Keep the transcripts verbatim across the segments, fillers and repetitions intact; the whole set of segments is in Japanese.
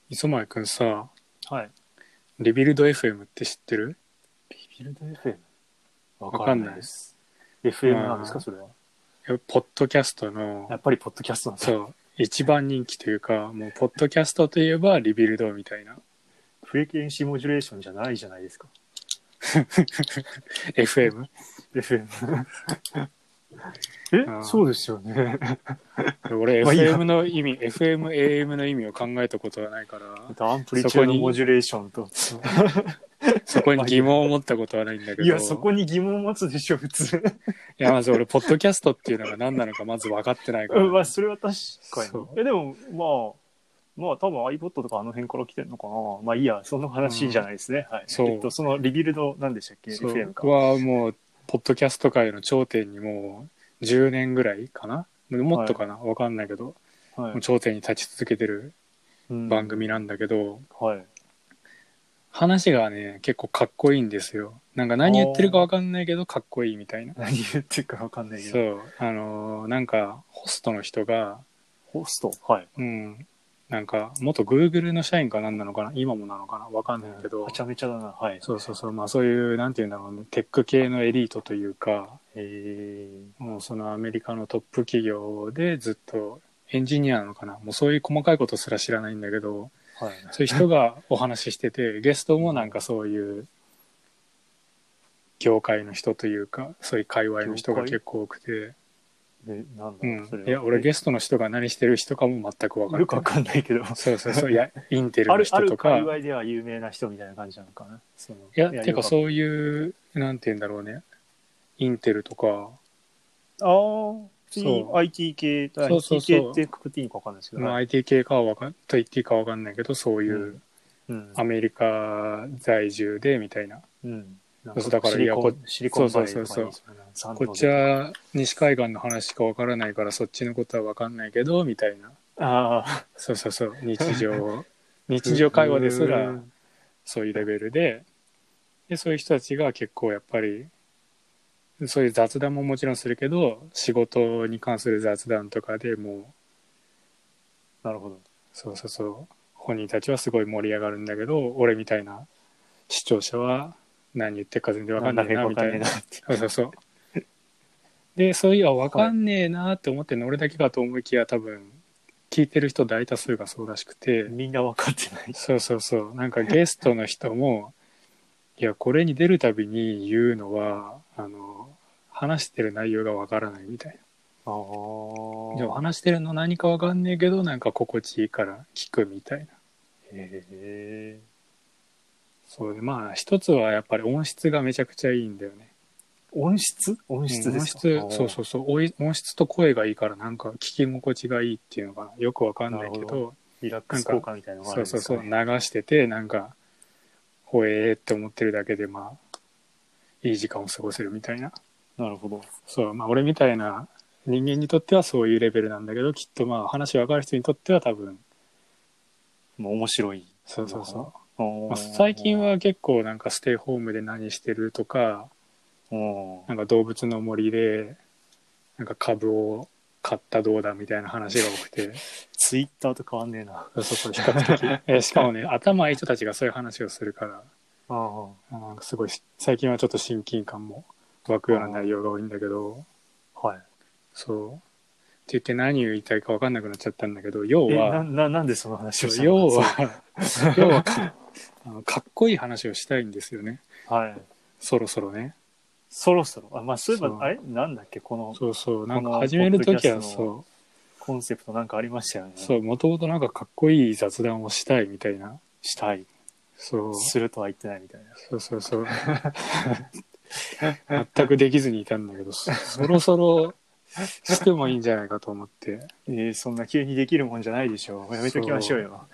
磯前くんさ、 はい。 リビルド エフエム って知ってる？ ビビルド エフエム？ わからわかんない。 ないです。エフエム なんですか、 まそれは。 あ、ポッドキャストの、 やっぱりポッドキャストなんだ。 そう、一番人気というか、もう、ポッドキャストといえばリビルドみたいな。 フレケンシーモジュレーションじゃないじゃないですか。 エフエム？ エフエム。え、 あそうですよね。 あ、俺まあいいや。 エフエム の意味、エフエム、エーエム の意味を考えたことはないから、 アンプリチュードモそこに、 ジュレーションと。 そそこに疑まあいいや。 問を持ったことはないんだけいや、そど、 こに疑問を持つでしょ、普通。 いや、まず俺、ポッドキャストっていうのが何なのかまず分かってないかうんまあ、 らね。 それは確かに。 そえ、でも、まあ、まあ、多分 iPod とかあの辺から来てんのかな。まあいいや、そのう。う話じゃん、 ないですね。はい。えっと、 そう。 そのリビルド、なんでしたっけ？ そエフエムうか。 はもうポッドキャスト界の頂点にもうじゅうねんぐらいかな、もっはい。 とかな、わかんないけど、 はい。 もう頂点に立ち続けてるうん。 番組なんだけど、 はい。 話がね結構かっこいいんですよ。なんかあ何言ってるかわあ。 かんないけどかっこいいみたいな。 何言ってるかわかんないけど。 そうあのーなんかホストの人が、 ホスト、はい。 うん、なんか元 Google の社員かなんなのかな、今もなのかなわかんうん、 ないけど、 はちゃめちゃだな。はい。 そうそうそう、まあそういうなんていうんだろうね、テック系のエリートというか、 えもうそのアメリカのトップ企業でずっとエンジニアなのかな、もうそういう細かいことすら知らないんだけど、 ー、はい。 そういう人がお話ししてて、ゲストもなんかうんそういう業界の人というか、そういう界隈の業界人が結構多くて、 で、なんだろう、そうん。いや、 れは。え、 俺ゲストの人が何してる人かも全く分かっよくわてない。 かんないけど。 そうそうそう。いや、インテルのある、ある人とか、 界隈では有名な人みたいな感じなのかな。その、 いや、 いや、よくわかんない。 てかそういう、なんて言うんだろうね。インテルとか、 ああ、普通にそう。 アイティー 系、 そうそうアイティー 系っそてくくっていいのかわかんないですけう。 ど、はまあい。 アイティー 系かはわかん、と言っていいかわかんないけど、そういううん。うん。 アメリカ在住でみたいな。 うん。なんか、 そうだから、いや、こ、 シリコン、シリコそうンバレーそうそうそう。 とかにいそうな、サンこっノゼとか。 ちは西海岸の話しかわからないからそっちのことはわかんないけど、みたいな。 ああ、 そうそうそう。日常、日ふ、 常会話ですらふー。 そういうレベルで、で、そういう人たちが結構やっぱり、そういう雑談ももちろんするけど、仕事に関する雑談とかでもう、 なるほど。 そうそうそう、本人たちはすごい盛り上がるんだけど、俺みたいな視聴者は何言ってるか全然わなんだかんねえかよくわかんねえなみたいな。 なって。 そうそうそう。で、そういう、あ、わはい。 かんねえなって思ってるの俺だけかと思いきや、多分聞いてる人大多数がそうらしくて、 みんなわかってない。 そうそうそう、なんかゲストの人も、いや、これに出るたびに言うのは、あの、話してる内容がわからないみたいな。 あじゃああ。 話してるの何かわかんねえけど、なんか心地いいから聞くみたいな。 へえ。 そうで、まあ一つはやっぱり音質がめちゃくちゃいいんだよね。 音質音うん、 質ですか？あ音質、そうあ。 そうそう、おい音質と声がいいからなんか聞き心地がいいっていうのかな。よくわかんななるほど。 いけど、 リラックス効なんか、 果みたいなのがあそうそうそう、流るんですかね。 してて、なんか、ほえーって思ってるだけで、まあ、いい時間を過ごせるみたいな。 なるほど。 そう、まあ俺みたいな人間にとってはそういうレベルなんだけど、きっとまあ話わかる人にとっては多分、 もう面白いそうそのかな。 うそう。 あまあ、最近あ。 は結構なんかステイホームで何してるとか、 うん。 なんか動物の森でなんか株を買ったどうだみたいな話が多くて、 ツイッターと変わんねえな。 そうそうそう、比較的。えしかもね、頭いい人たちがそういう話をするから、 あなんかすごい、最近はちょっと親近感も湧くあ。 ような内容あが多いんだけど、 あ。はい。 そう。って言って何を言いたいか分かんなくなっちゃったんだけど、要え、な、 は、 な、なんでその話をしたのか。 要そう。 は、要はかあのかっこいい話をしたいんですよね。 はい。 そろそろね。 そろそろ。あ、まあ、そういえば、あそう。 れなんだっけこの、 そうそう。なんかこの、ポッドキャ始めるときストのはそう、 コンセプトなんかありましたよね。 そう、もともとなんかかっこいい雑談をしたいみたいな。 したい。 そう、 するとは言ってないみたいな。 そうそうそう。全くできずにいたんだけど、そそろそろしてもいいんじゃないかと思って。 えー、そんな急にできるもんじゃないでしょう。やめときましょうそう。 よ。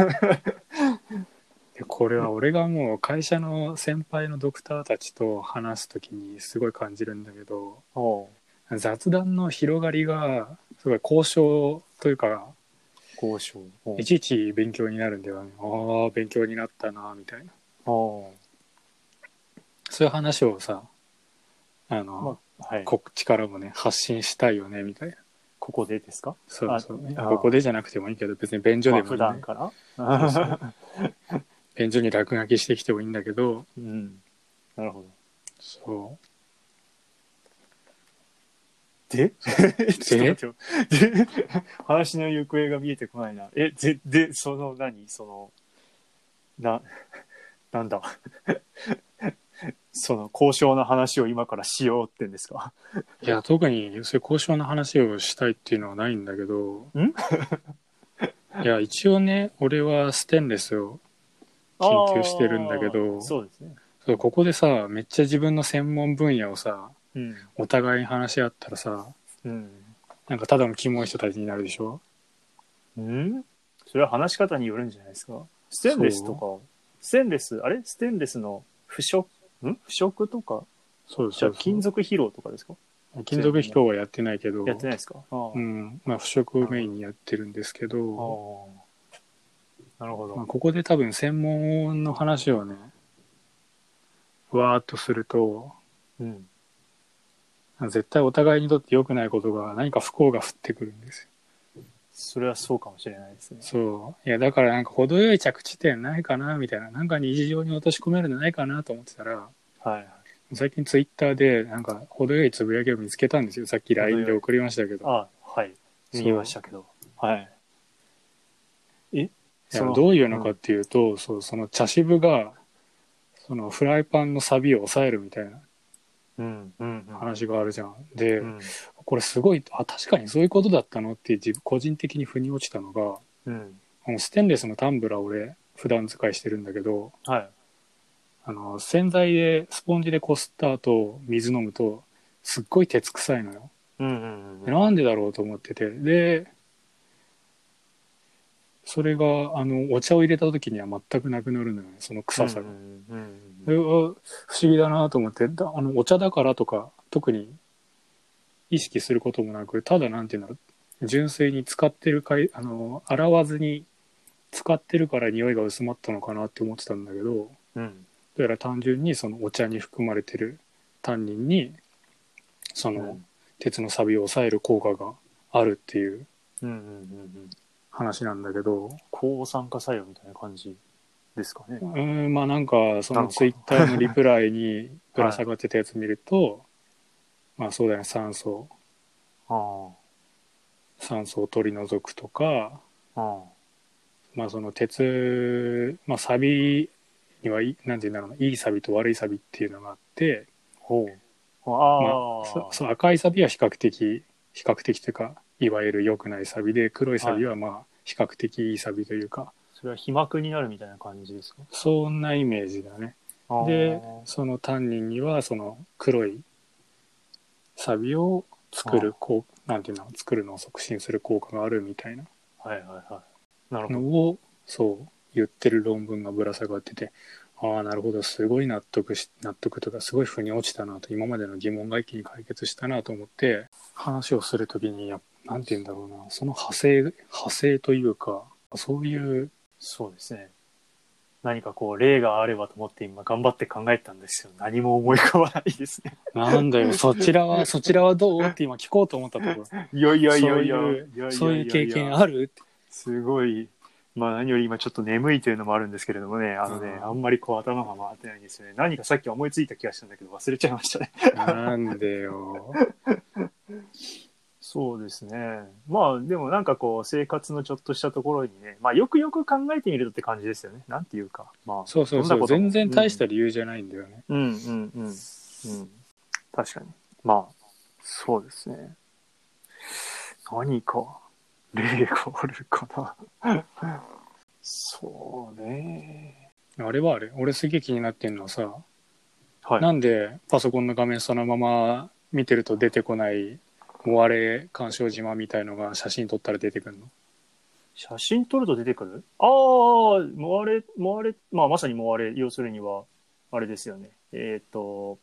でこれは俺がもう会社の先輩のドクターたちと話すときにすごい感じるんだけど、 おう。 雑談の広がりがすごい交渉というか、 交渉。おう。 いちいち勉強になるんだよね。ああ、勉強になったな、みたいな。 おう。 そういう話をさ、あまの、 あ、はい。 こっちからもね、発信したいよね、みたいな。 ここでですか？ そうそう。 あここでじゃなくてもいいけど、別に便所でもいい、ね。 まあ、普段からそうそう便所に落書きしてきてもいいんだけど。 うん。なるほど。 そう。 でちょっと待ってよ。で話の行方が見えてこないな。え、で、で、その何その、な、なんだその交渉の話を今からしようってんですか？ いや、特にそういう交渉の話をしたいっていうのはないんだけど。 んいや、一応ね、俺はステンレスを研究してるんだけど、 そうですね。 そうここでさ、めっちゃ自分の専門分野をさ、 うん。 お互いに話し合ったらさ、 うん。 なんかただのキモい人たちになるでしょ。 うんそれは話し方によるんじゃないですか。ステンレスとか、ステンレス、あれステンレスの腐食、ん腐食とか、 そうそうそう。 じゃあ金属疲労とかですか？ 金属疲労はやってないけど、 やってないですか？あうん、まあ腐食をメインにやってるんですけあ。 ど、 なるほど。 まあ、ここで多分専門の話をね、わーっとすると、 うん。 絶対お互いにとって良くないことが何か不幸が降ってくるんですよ。 それはそうかもしれないですね。 そう。いや、だからなんか程よい着地点ないかな、みたいな。なんか日常に落とし込めるのないかなと思ってたら、 はい。 最近ツイッターでなんか程よいつぶやきを見つけたんですよ。さっき ライン で送りましたけど。 あ、はい。見ましたけど。はい。えいやそのどういうのかっていうと、うん、そうその茶渋がそのフライパンの錆を抑えるみたいな話があるじゃん。で、うん、これすごい、あ、確かにそういうことだったのって自分個人的に腑に落ちたのが、うん、あのステンレスのタンブラー俺普段使いしてるんだけど、はい、あの洗剤でスポンジでこすった後水飲むとすっごい鉄臭いのよ。うんうんうん、なんでだろうと思ってて、でそれがあのお茶を入れた時には全くなくなるのよね、その臭さが。うんうんうんうん、不思議だなと思って、あのお茶だからとか特に意識することもなく、ただなんていうんだろう、純粋に使ってるかい、あの洗わずに使ってるから匂いが薄まったのかなって思ってたんだけど、うん、どうやら単純にそのお茶に含まれてるタンニンにその、うん、鉄の錆を抑える効果があるっていう話なんだけど、 抗酸化作用みたいな感じですかね。 うん、まあなんかそのツイッターのリプライにぶら下がってたやつ見ると、はい、まあそうだよね、酸素あ酸素を取り除くとか、あまあその鉄、まあ錆にはいなんていうんだろうな、いい錆と悪い錆っていうのがあって、ほうあ、まあ、そそ赤い錆は比較的比較的というかいわゆる良くない錆で、黒い錆はまあ比較的いい錆というか、はい、 それは皮膜になるみたいな感じですか？ そんなイメージだね。でそのタンニンにはその黒い錆を作るこうなんていうの作るのを促進する効果があるみたいなのをそう言ってる論文がぶら下がってて、ああなるほど、すごい納得し納得とかすごい腑に落ちたなと、今までの疑問が一気に解決したなと思って話をするときに、なんていうんだろうな、その派生派生というか、そういうそうですね、何かこう例があればと思って今頑張って考えたんですよ。何も思い浮かばないですね。 なんだよ、そちらはそちらはどうって今聞こうと思ったところ。 いやいやいやいや、そういう経験あるって。 すごい。まあ何より今ちょっと眠いというのもあるんですけれどもね、あのね、うん、あんまりこう頭が回ってないんですよね。何かさっき思いついた気がしたんだけど忘れちゃいましたね。 なんでよ。 そうですね。まあでもなんかこう生活のちょっとしたところにね、まあよくよく考えてみるとって感じですよね。なんていうか、まあそうそうそう、全然大した理由じゃないんだよね。 うん、うん、うんうんうん。確かに。まあそうですね。何か例があるかな。そうね。 あれはあれ、俺すげえ気になってんのはさ、はい、なんでパソコンの画面そのまま見てると出てこないモアレ干渉島みたいのが写真撮ったら出てくるの？ 写真撮ると出てくる？ああ、モアレ、モアレ、まあまさにモアレ、要するには、あれですよね。えっ、ー、と、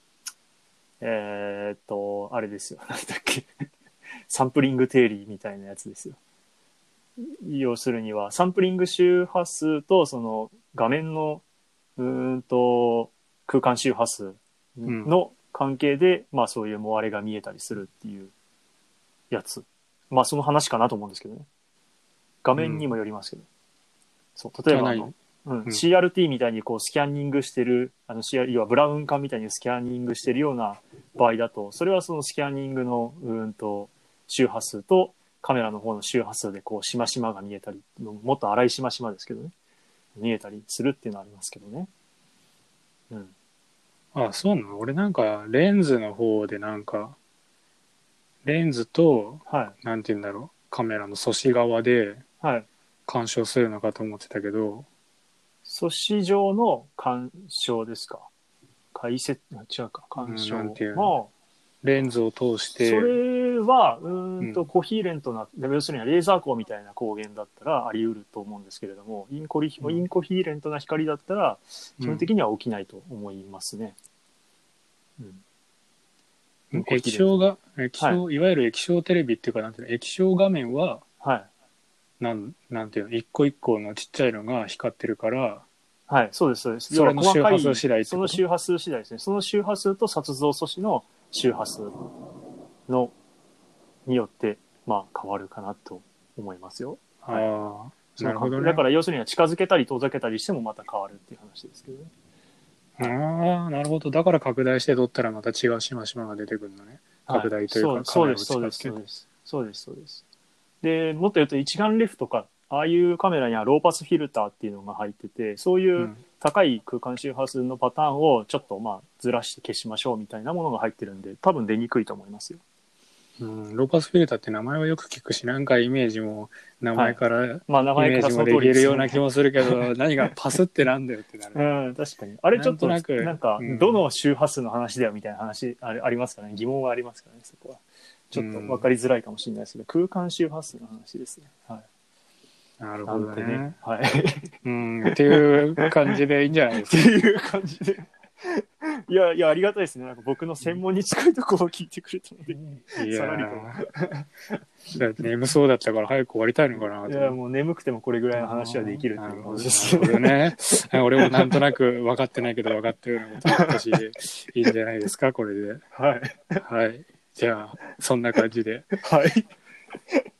えっ、ー、と、あれですよ。なんだっけ。サンプリング定理みたいなやつですよ。要するには、サンプリング周波数と、その画面の、うーんと、空間周波数の関係で、うん、まあそういうモアレが見えたりするっていうやつ。 まあその話かなと思うんですけどね。画面にもよりますけど。うん、そう、例えばあの、うんうん、シーアールティー みたいにこうスキャンニングしてる、あの シーアール、要はブラウン管みたいにスキャンニングしてるような場合だと、それはそのスキャンニングのうんと周波数とカメラの方の周波数でこうしましまが見えたり、もっと粗いしましまですけどね、見えたりするっていうのはありますけどね。うん。 あ、そうなの？俺なんかレンズの方でなんかレンズと、 はい、 なんて言うんだろう、カメラの素子側で干渉するのかと思ってたけど、 素子状の干渉ですか？解説、違うか、干渉。 うん、なんていうの？レンズを通して。 それは、うーんと、コヒーレントな、うん、要するにレーザー光みたいな光源だったらあり得ると思うんですけれども、インコリ、うん、インコヒーレントな光だったら、基本的には起きないと思いますね。 うん、液晶が、液晶、はい、いわゆる液晶テレビっていうか、なんていうの、液晶画面は、 はい。 なん、なんていうの、一個一個のちっちゃいのが光ってるから、 はい、そうです、そうです。 それの周波数次第ってこと？ その周波数次第ですね。その周波数と撮像素子の周波数の、によって、まあ、変わるかなと思いますよ。はい、 ああ、なるほどね。 だから要するに近づけたり遠ざけたりしてもまた変わるっていう話ですけどね。 ああ、なるほど。だから拡大して撮ったらまた違うしましまが出てくるのね。拡大というか、はい、 そうです、そうです、そうです。そうです、そうです。で、もっと言うと一眼レフとか、ああいうカメラにはローパスフィルターっていうのが入ってて、そういう高い空間周波数のパターンをちょっとまあずらして消しましょうみたいなものが入ってるんで、多分出にくいと思いますよ。 うん、ローパスフィルターって名前はよく聞くし、なんかイメージも名前から、はい、 まあ名前からイメージもできるような気もするけど、何がパスってなんだよってなる。 うん、確かに。あれちょっとなんとなんか、どの周波数の話だよみたいな話あれありますかね。疑問はありますかね、そこは。ちょっと分かりづらいかもしれないですけど、空間周波数の話ですね。はい。 なるほどね。ね、 はい。 うん、っていう感じでいいんじゃないですか。 っていう感じで。いやいや、ありがたいですね。なんか僕の専門に近いところを聞いてくれたので、 いやさらりと。だって眠そうだったから早く終わりたいのかなと。 いや、もう眠くてもこれぐらいの話はできるっていう感じです。 なるほどね。俺もなんとなく分かってないけど分かったようなこと言ったし、いいんじゃないですか、これで。 はい。 はい。じゃあ、そんな感じで。 はい。